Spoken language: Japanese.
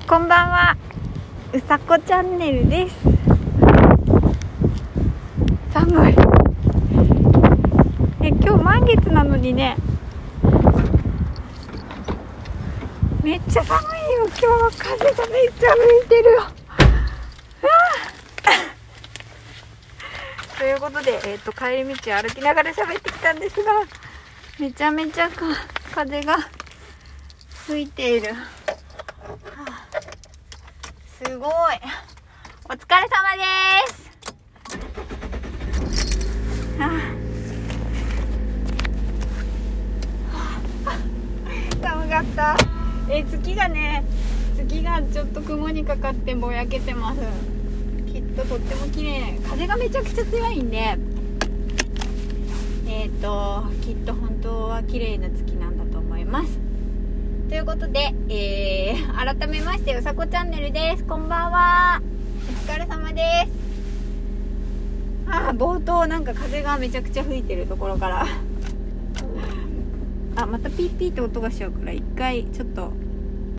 こんばんは、うさこチャンネルです。寒い。今日満月なのにね、めっちゃ寒いよ。今日は風がめっちゃ吹いてるよ。ということで、帰り道歩きながら喋ってきたんですが、めちゃめちゃ風が吹いている。すごい。お疲れ様です。寒かった。月がちょっと雲にかかってぼやけてます。きっととっても綺麗。風がめちゃくちゃ強いんで、きっと本当は綺麗な月なんだと思います。ということで、改めましてうさこチャンネルです。こんばんは。お疲れ様です。冒頭なんか風がめちゃくちゃ吹いてるところからまたピーピーって音がしちゃうから一回ちょっと